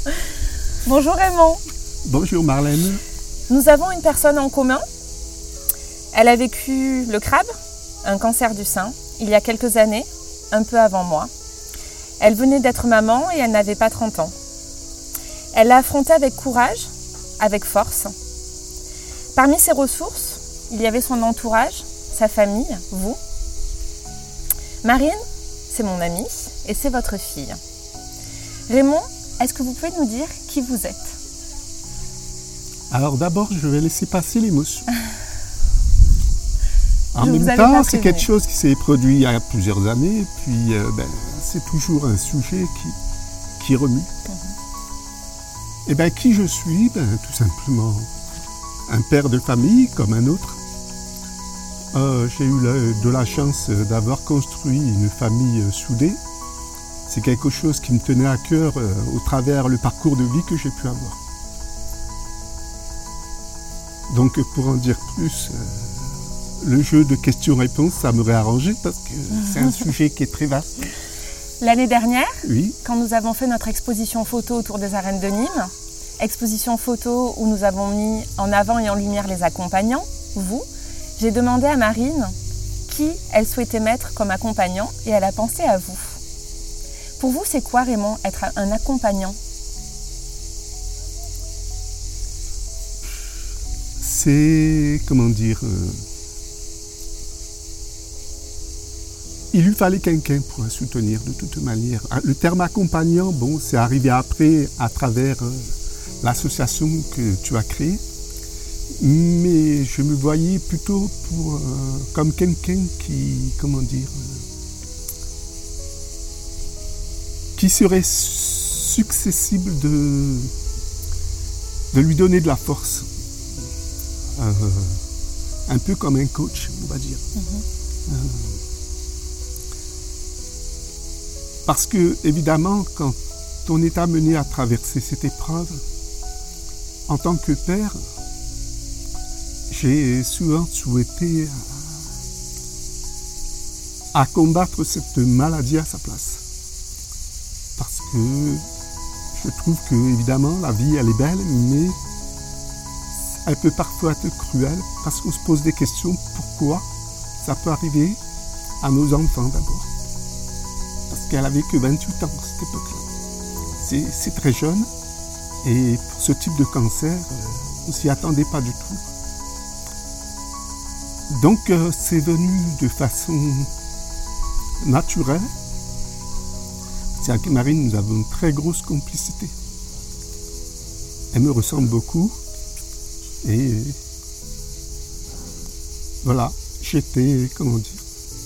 Bonjour Raymond. Bonjour Marlène. Nous avons une personne en commun. Elle a vécu le crabe, un cancer du sein, il y a quelques années, un peu avant moi. Elle venait d'être maman et elle n'avait pas 30 ans. Elle l'a affronté avec courage, avec force. Parmi ses ressources, il y avait son entourage, sa famille, vous. Marine, c'est mon amie et c'est votre fille. Raymond, est-ce que vous pouvez nous dire qui vous êtes ? Alors d'abord, je vais laisser passer l'émotion. En Je vous même avais temps, pas c'est prévenu. quelque chose qui s'est produit il y a plusieurs années, puis c'est toujours un sujet qui remue. Et bien, qui je suis ? Tout simplement un père de famille comme un autre. J'ai eu de la chance d'avoir construit une famille soudée. C'est quelque chose qui me tenait à cœur au travers le parcours de vie que j'ai pu avoir. Donc pour en dire plus, le jeu de questions-réponses, ça m'aurait arrangé parce que c'est un sujet qui est très vaste. L'année dernière, Oui, quand nous avons fait notre exposition photo autour des arènes de Nîmes, exposition photo où nous avons mis en avant et en lumière les accompagnants, vous, j'ai demandé à Marine qui elle souhaitait mettre comme accompagnant et elle a pensé à vous. Pour vous, c'est quoi, Raymond, être un accompagnant ? c'est, comment dire, il lui fallait quelqu'un pour la soutenir de toute manière. Le terme accompagnant, bon, c'est arrivé après à travers l'association que tu as créée, mais je me voyais plutôt comme quelqu'un qui, comment dire, qui serait susceptible de lui donner de la force. Un peu comme un coach, on va dire. Parce que, évidemment, quand on est amené à traverser cette épreuve, en tant que père, j'ai souvent souhaité à combattre cette maladie à sa place. Parce que je trouve que, évidemment, la vie, elle est belle, mais elle peut parfois être cruelle parce qu'on se pose des questions. Pourquoi ça peut arriver à nos enfants d'abord ? Parce qu'elle avait que 28 ans à cette époque-là. C'est très jeune et pour ce type de cancer, on ne s'y attendait pas du tout. Donc c'est venu de façon naturelle. C'est avec Marine, nous avons une très grosse complicité. Elle me ressemble beaucoup. Et voilà, j'étais, comment dire,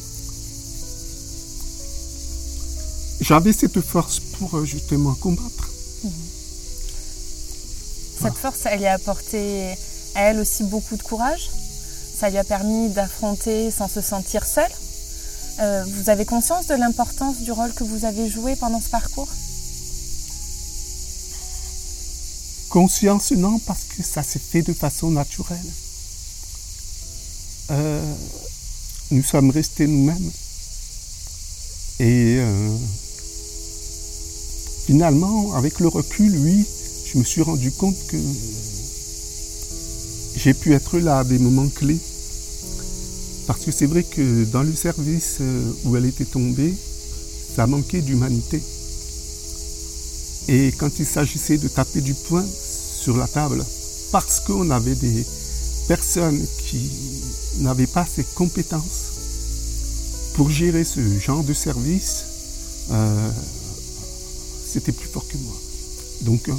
j'avais cette force pour justement combattre. Cette force, elle lui a apporté à elle aussi beaucoup de courage. Ça lui a permis d'affronter sans se sentir seule. Vous avez conscience de l'importance du rôle que vous avez joué pendant ce parcours ? Conscience, non, parce que ça s'est fait de façon naturelle. Nous sommes restés nous-mêmes. Et finalement, avec le recul, oui, je me suis rendu compte que j'ai pu être là à des moments clés. Parce que c'est vrai que dans le service où elle était tombée, ça manquait d'humanité. Et quand il s'agissait de taper du poing sur la table, parce qu'on avait des personnes qui n'avaient pas ces compétences pour gérer ce genre de service, c'était plus fort que moi. Donc,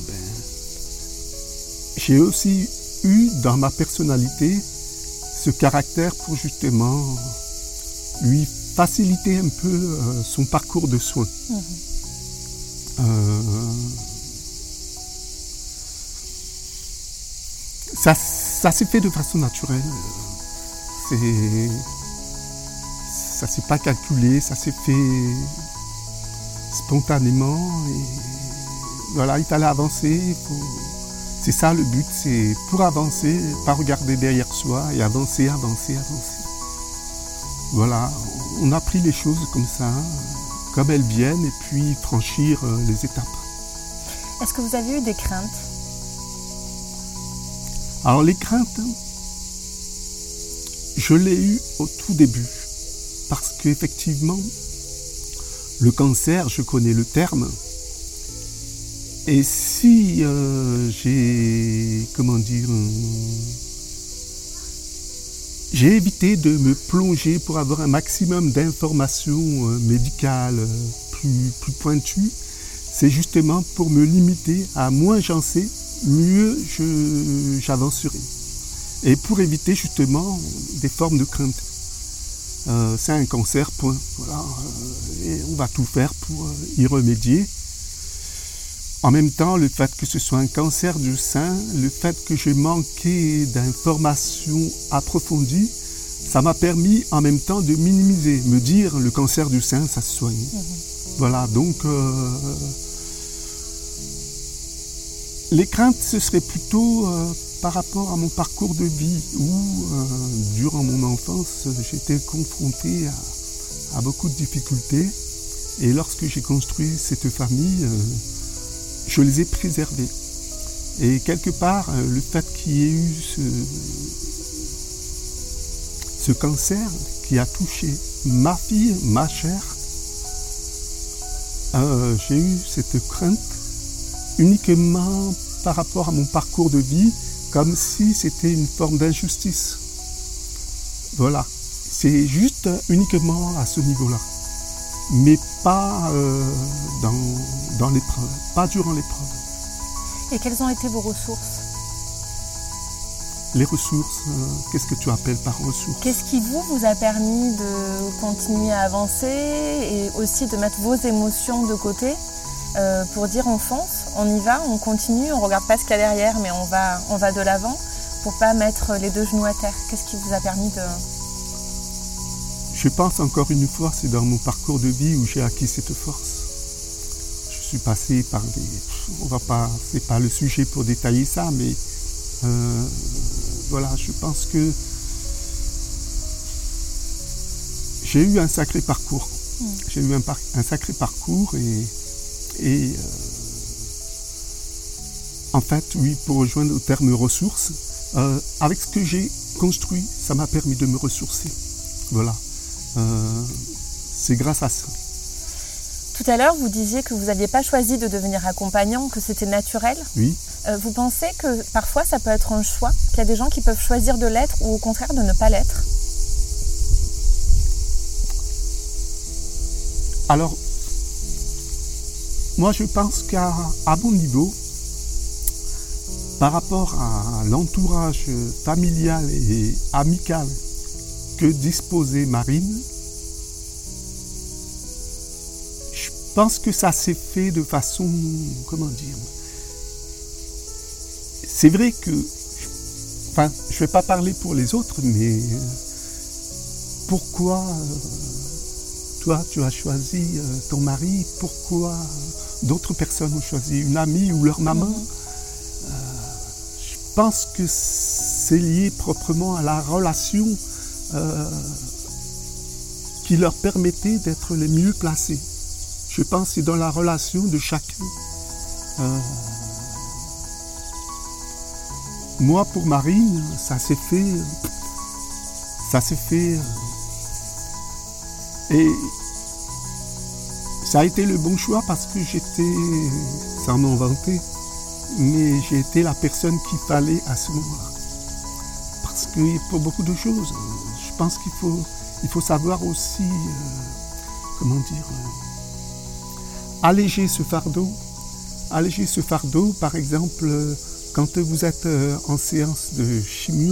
j'ai aussi eu dans ma personnalité ce caractère pour justement lui faciliter un peu son parcours de soins. Ça s'est fait de façon naturelle. Ça s'est pas calculé, ça s'est fait spontanément. Et voilà, il fallait avancer. C'est ça le but, c'est pour avancer, pas regarder derrière soi et avancer. Voilà, on a pris les choses comme ça, comme elles viennent, et puis franchir les étapes. Est-ce que vous avez eu des craintes? Alors les craintes, je l'ai eu au tout début. Parce qu'effectivement, le cancer, je connais le terme. Et si j'ai évité de me plonger pour avoir un maximum d'informations médicales plus pointues, c'est justement pour me limiter à moins j'en sais, mieux j'avancerai. Et pour éviter justement des formes de crainte. C'est un cancer, point. Voilà, et on va tout faire pour y remédier. En même temps, le fait que ce soit un cancer du sein, le fait que j'ai manqué d'informations approfondies, ça m'a permis en même temps de minimiser, me dire le cancer du sein, ça se soigne. Voilà, donc les craintes, ce serait plutôt par rapport à mon parcours de vie où, durant mon enfance, j'étais confronté à beaucoup de difficultés. Et lorsque j'ai construit cette famille, je les ai préservés. Et quelque part, le fait qu'il y ait eu ce cancer qui a touché ma fille, ma chair, j'ai eu cette crainte uniquement par rapport à mon parcours de vie, comme si c'était une forme d'injustice. Voilà, c'est juste uniquement à ce niveau-là. Mais pas dans l'épreuve, pas durant l'épreuve. Et quelles ont été vos ressources? Les ressources, qu'est-ce que tu appelles par ressources? Qu'est-ce qui vous a permis de continuer à avancer et aussi de mettre vos émotions de côté pour dire on fonce, on y va, on continue, on ne regarde pas ce qu'il y a derrière, mais on va de l'avant pour ne pas mettre les deux genoux à terre? Qu'est-ce qui vous a permis de... Je pense encore une fois, c'est dans mon parcours de vie où j'ai acquis cette force. Je suis passé par c'est pas le sujet pour détailler ça, mais voilà, je pense que j'ai eu un sacré parcours. J'ai eu un sacré parcours et en fait, oui, pour rejoindre au terme ressources, avec ce que j'ai construit, ça m'a permis de me ressourcer. Voilà. C'est grâce à ça. Tout à l'heure, vous disiez que vous n'aviez pas choisi de devenir accompagnant, que c'était naturel. Oui. Vous pensez que parfois ça peut être un choix, qu'il y a des gens qui peuvent choisir de l'être ou au contraire de ne pas l'être? Alors, moi je pense qu'à mon niveau, par rapport à l'entourage familial et amical que disposait Marine, je pense que ça s'est fait de façon, comment dire, c'est vrai que, je ne vais pas parler pour les autres, mais pourquoi toi tu as choisi ton mari, pourquoi d'autres personnes ont choisi une amie ou leur maman? Je pense que c'est lié proprement à la relation qui leur permettait d'être les mieux placés. Je pense que c'est dans la relation de chacun. Moi, pour Marine, ça s'est fait et ça a été le bon choix parce que j'étais, sans m'en vanter, mais j'ai été la personne qu'il fallait à ce moment-là. Parce que pour beaucoup de choses, je pense qu'il faut savoir aussi, alléger ce fardeau. Alléger ce fardeau, par exemple, quand vous êtes en séance de chimio,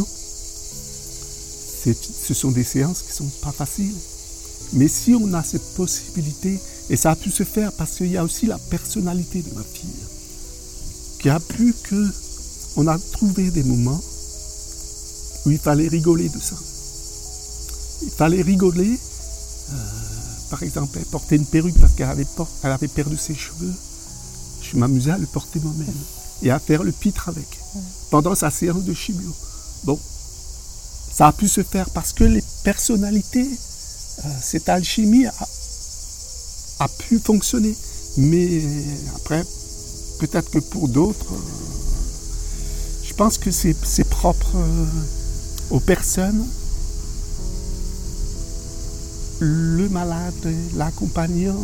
ce sont des séances qui ne sont pas faciles. Mais si on a cette possibilité, et ça a pu se faire parce qu'il y a aussi la personnalité de ma fille, qui a pu qu'on a trouvé des moments où il fallait rigoler de ça. Il fallait rigoler, par exemple, elle portait une perruque parce qu'elle avait perdu ses cheveux. Je m'amusais à le porter moi-même et à faire le pitre avec, pendant sa séance de chimio. Bon, ça a pu se faire parce que les personnalités, cette alchimie a pu fonctionner. Mais après, peut-être que pour d'autres, je pense que c'est propre aux personnes. Le malade, l'accompagnant,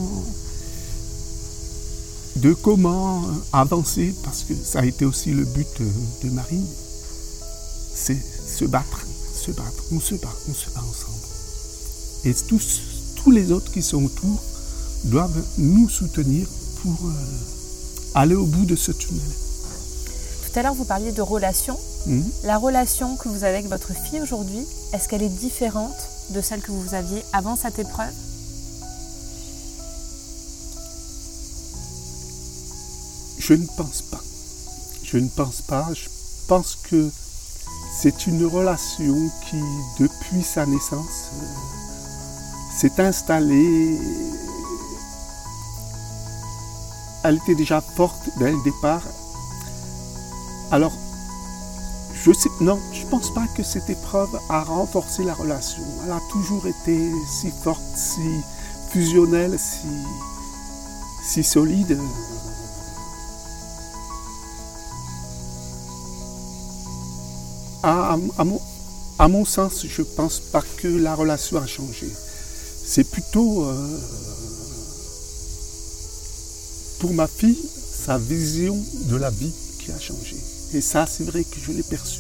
de comment avancer, parce que ça a été aussi le but de Marine, c'est se battre, on se bat ensemble. Et tous les autres qui sont autour doivent nous soutenir pour aller au bout de ce tunnel. Tout à l'heure, vous parliez de relation. La relation que vous avez avec votre fille aujourd'hui, est-ce qu'elle est différente de celle que vous aviez avant cette épreuve ? Je ne pense pas. Je pense que c'est une relation qui, depuis sa naissance, s'est installée. Elle était déjà forte dès le départ. Alors, je ne pense pas que cette épreuve a renforcé la relation. Elle a toujours été si forte, si fusionnelle, si solide. À mon sens, je ne pense pas que la relation a changé. C'est plutôt, pour ma fille, sa vision de la vie qui a changé. Et ça, c'est vrai que je l'ai perçu.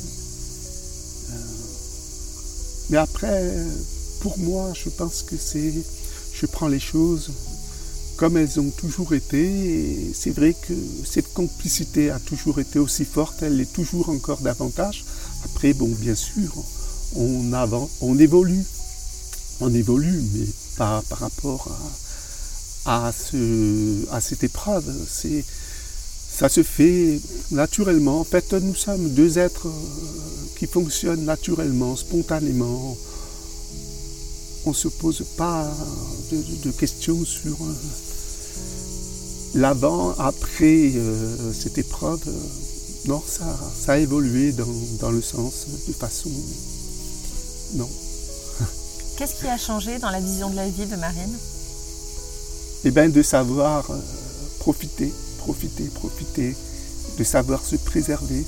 Mais après, pour moi, je pense que je prends les choses comme elles ont toujours été. Et c'est vrai que cette complicité a toujours été aussi forte, elle l'est toujours encore davantage. Après, bon, bien sûr, on évolue, mais pas par rapport à cette épreuve. Ça se fait naturellement. En fait, nous sommes deux êtres qui fonctionnent naturellement, spontanément. On ne se pose pas de questions sur l'avant, après cette épreuve. Non, ça a évolué dans le sens, de façon... Non. Qu'est-ce qui a changé dans la vision de la vie de Marine ? Eh bien, de savoir profiter, de savoir se préserver,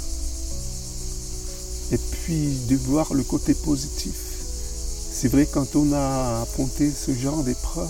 et puis de voir le côté positif. C'est vrai, quand on a affronté ce genre d'épreuve,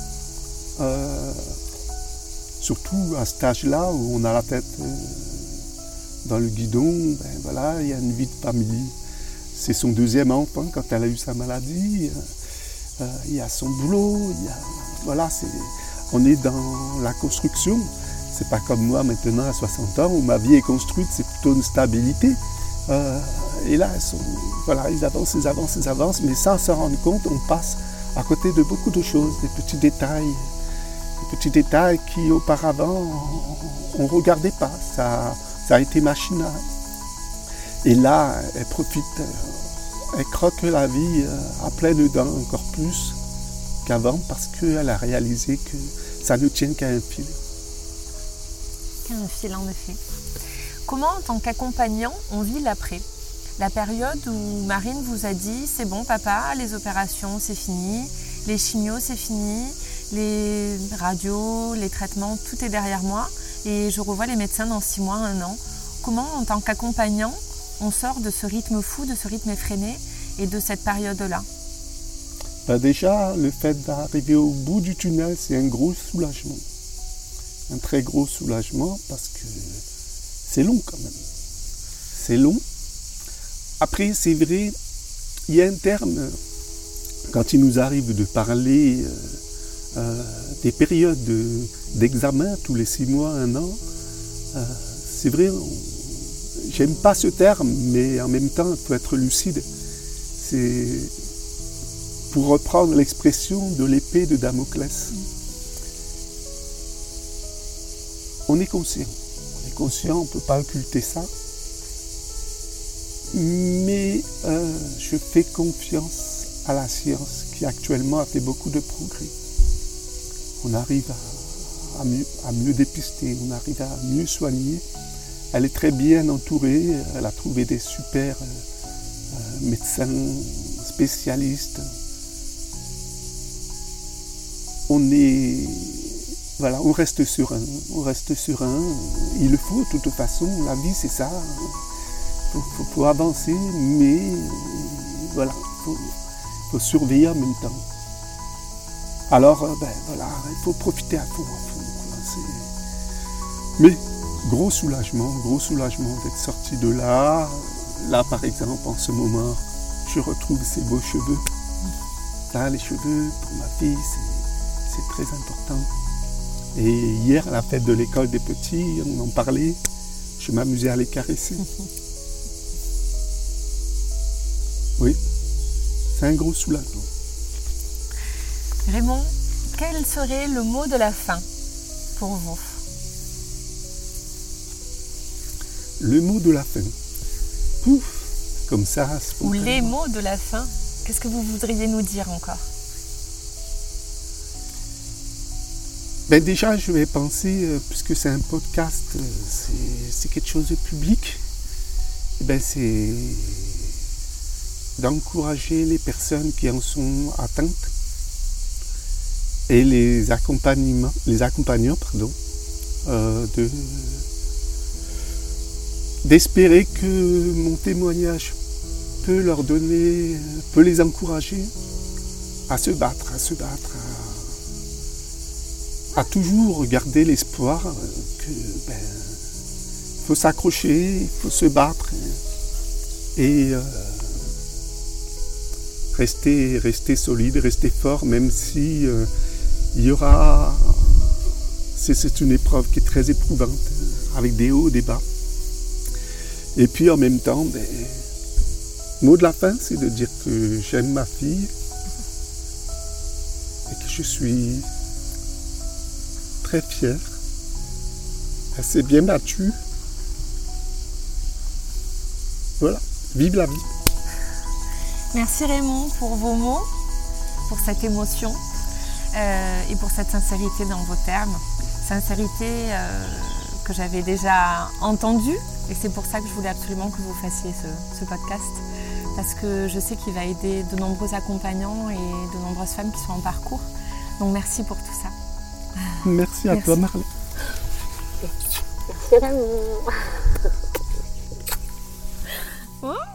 surtout à cet âge-là où on a la tête dans le guidon, ben voilà, il y a une vie de famille. C'est son deuxième enfant quand elle a eu sa maladie. Il y a son boulot, on est dans la construction. C'est pas comme moi maintenant à 60 ans où ma vie est construite, c'est plutôt une stabilité. Et là, ils avancent, mais sans s'en rendre compte, on passe à côté de beaucoup de choses, des petits détails qui auparavant on ne regardait pas. Ça a été machinal. Et là, elle profite, elle croque la vie à pleines dents encore plus qu'avant parce qu'elle a réalisé que ça ne tient qu'à un fil. Qu'à un fil, en effet. Comment, en tant qu'accompagnant, on vit l'après ? La période où Marine vous a dit « c'est bon papa, les opérations c'est fini, les chimios c'est fini, les radios, les traitements, tout est derrière moi et je revois les médecins dans 6 mois, 1 an ». Comment, en tant qu'accompagnant, on sort de ce rythme fou, de ce rythme effréné et de cette période-là ? Déjà, le fait d'arriver au bout du tunnel, c'est un gros soulagement. Un très gros soulagement parce que c'est long quand même. C'est long. Après, c'est vrai, il y a un terme, quand il nous arrive de parler des périodes d'examen, tous les 6 mois, 1 an, c'est vrai, j'aime pas ce terme, mais en même temps, il faut être lucide. C'est pour reprendre l'expression de l'épée de Damoclès. On est conscient, on ne peut pas occulter ça. Mais je fais confiance à la science qui actuellement a fait beaucoup de progrès. On arrive à mieux dépister, on arrive à mieux soigner. Elle est très bien entourée, elle a trouvé des super médecins spécialistes. On est voilà, on reste serein, il le faut de toute façon, la vie c'est ça, faut avancer, mais voilà, faut surveiller en même temps. Alors, voilà, il faut profiter à fond. Mais gros soulagement d'être sorti de là. Là, par exemple, en ce moment, je retrouve ces beaux cheveux. Là, les cheveux, pour ma fille, c'est très important. Et hier, à la fête de l'école des petits, on en parlait, je m'amusais à les caresser. Oui, c'est un gros soulagement. Raymond, quel serait le mot de la fin pour vous? Le mot de la fin. Pouf, comme ça. Ou les mots de la fin. Qu'est-ce que vous voudriez nous dire encore? Déjà, je vais penser, puisque c'est un podcast, c'est quelque chose de public, c'est d'encourager les personnes qui en sont atteintes et les accompagnants, d'espérer que mon témoignage peut leur donner, peut les encourager à se battre, à toujours garder l'espoir que faut s'accrocher, il faut se battre et rester solide, rester fort, même si il y aura, c'est une épreuve qui est très éprouvante, avec des hauts, des bas. Et puis en même temps, mot de la fin, c'est de dire que j'aime ma fille et que je suis très fier. Elle s'est bien battue. Voilà, vive la vie. Merci Raymond pour vos mots, pour cette émotion et pour cette sincérité dans vos termes. Sincérité que j'avais déjà entendue et c'est pour ça que je voulais absolument que vous fassiez ce podcast. Parce que je sais qu'il va aider de nombreux accompagnants et de nombreuses femmes qui sont en parcours. Donc merci pour tout ça. Merci à toi, Marlène. Merci Raymond.